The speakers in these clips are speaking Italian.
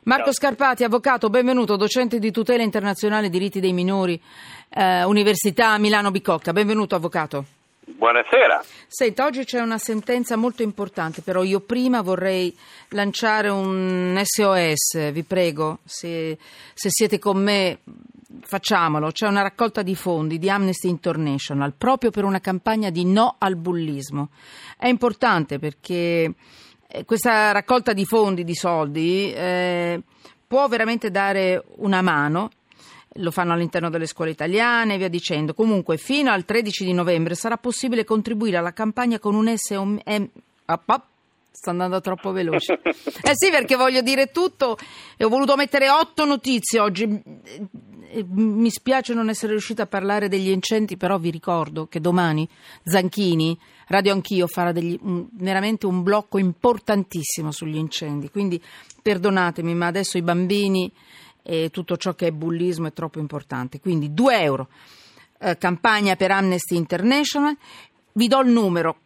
Marco Scarpati, avvocato, benvenuto, docente di tutela internazionale diritti dei minori, Università Milano Bicocca. Benvenuto, avvocato. Buonasera. Senta, oggi c'è una sentenza molto importante, però io prima vorrei lanciare un SOS, vi prego, se siete con me facciamolo. C'è una raccolta di fondi di Amnesty International proprio per una campagna di no al bullismo. È importante perché questa raccolta di fondi, di soldi, può veramente dare una mano. Lo fanno all'interno delle scuole italiane e via dicendo. Comunque fino al 13 di novembre sarà possibile contribuire alla campagna con un SOS. Sto andando troppo veloce. Sì, perché voglio dire tutto e ho voluto mettere 8 notizie oggi. Mi spiace non essere riuscita a parlare degli incendi, però vi ricordo che domani Zanchini, Radio Anch'io, farà veramente un blocco importantissimo sugli incendi. Quindi perdonatemi, ma adesso i bambini e tutto ciò che è bullismo è troppo importante. Quindi €2, campagna per Amnesty International. Vi do il numero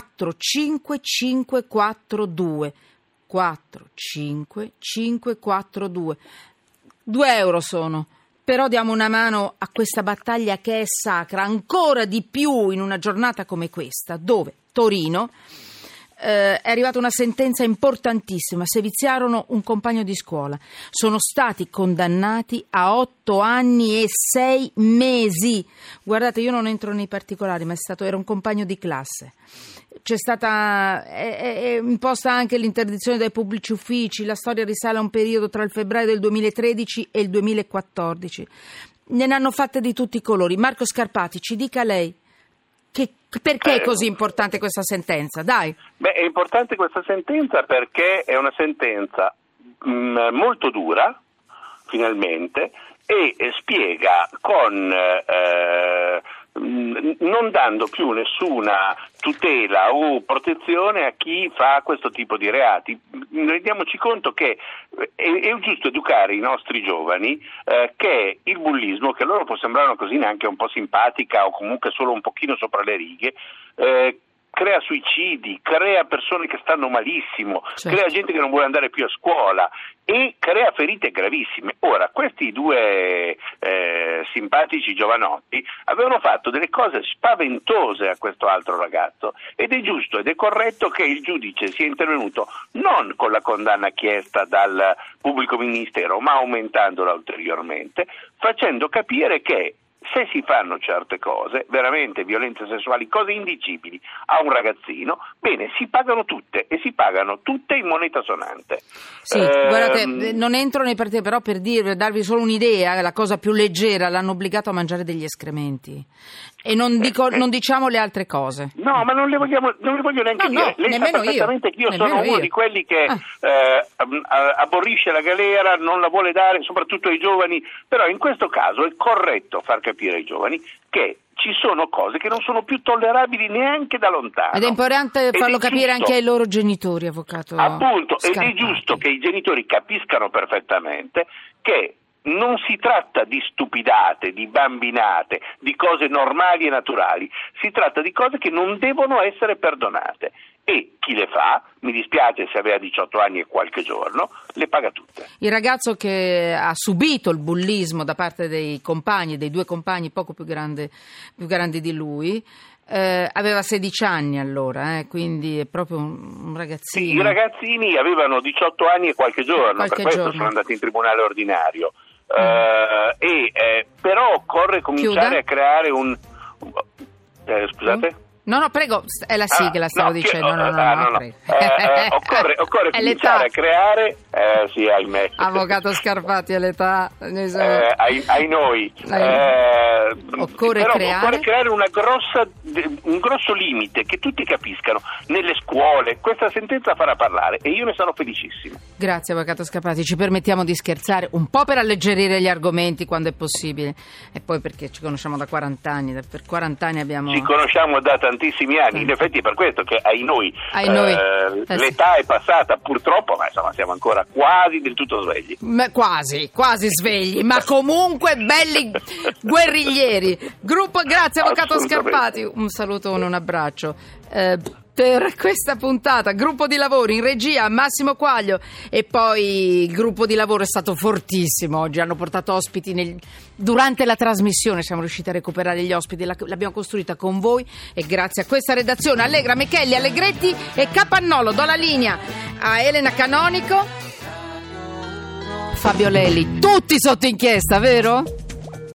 45542 45542. €2 sono, però diamo una mano a questa battaglia che è sacra, ancora di più in una giornata come questa, dove Torino è arrivata una sentenza importantissima. Seviziarono un compagno di scuola, sono stati condannati a 8 anni e 6 mesi. Guardate, io non entro nei particolari, ma era un compagno di classe. C'è stata è imposta anche l'interdizione dai pubblici uffici. La storia risale a un periodo tra il febbraio del 2013 e il 2014. Ne hanno fatte di tutti i colori. Marco Scarpati, ci dica lei perché è così importante questa sentenza? Dai. È importante questa sentenza perché è una sentenza molto dura, finalmente, e spiega non dando più nessuna tutela o protezione a chi fa questo tipo di reati. Rendiamoci conto che è giusto educare i nostri giovani che il bullismo, che a loro può sembrare così neanche un po' simpatica o comunque solo un pochino sopra le righe, crea suicidi, crea persone che stanno malissimo, certo, crea gente che non vuole andare più a scuola e crea ferite gravissime. Ora, questi due simpatici giovanotti avevano fatto delle cose spaventose a questo altro ragazzo ed è giusto ed è corretto che il giudice sia intervenuto non con la condanna chiesta dal pubblico ministero, ma aumentandola ulteriormente, facendo capire che se si fanno certe cose, veramente violenze sessuali, cose indicibili a un ragazzino, bene, si pagano tutte e si pagano tutte in moneta sonante. Sì, guardate, non entro nei particolari, però per darvi solo un'idea, la cosa più leggera, l'hanno obbligato a mangiare degli escrementi. E non diciamo le altre cose. No, ma non le voglio neanche dire. Lei sa perfettamente che io sono uno di quelli che aborrisce la galera, non la vuole dare, soprattutto ai giovani, però in questo caso è corretto far capire ai giovani che ci sono cose che non sono più tollerabili neanche da lontano. Ed è importante farlo capire anche ai loro genitori, avvocato. Appunto, Scarpati. Ed è giusto che i genitori capiscano perfettamente che non si tratta di stupidate, di bambinate, di cose normali e naturali, si tratta di cose che non devono essere perdonate e chi le fa, mi dispiace se aveva 18 anni e qualche giorno, le paga tutte. Il ragazzo che ha subito il bullismo da parte dei compagni, dei 2 compagni poco più grandi di lui, aveva 16 anni allora, quindi è proprio un ragazzino. Sì, i ragazzini avevano 18 anni e qualche giorno, per questo sono andati in tribunale ordinario. Però occorre cominciare a creare scusate? No, prego, è la sigla, stavo dicendo. No. Occorre cominciare a creare, sì, ahimè. Avvocato Scarpati, all'età. Ai noi. Occorre creare un grosso limite, che tutti capiscano, nelle scuole. Questa sentenza farà parlare e io ne sarò felicissimo. Grazie, avvocato Scarpati. Ci permettiamo di scherzare un po' per alleggerire gli argomenti quando è possibile e poi perché ci conosciamo da 40 anni. Per 40 anni abbiamo... Ci conosciamo da tantissimi anni, in effetti è per questo che ai noi. L'età è passata purtroppo, ma insomma siamo ancora quasi del tutto svegli. Quasi svegli, ma comunque belli guerriglieri. Grazie avvocato Scarpati, un salutone, un abbraccio. per questa puntata. Gruppo di lavoro in regia Massimo Quaglio, e poi il gruppo di lavoro è stato fortissimo oggi, hanno portato ospiti durante la trasmissione, siamo riusciti a recuperare gli ospiti, l'abbiamo costruita con voi e grazie a questa redazione. Allegra, Mechelli, Allegretti e Capannolo. Do la linea a Elena Canonico, Fabio Lelli, tutti sotto inchiesta, vero?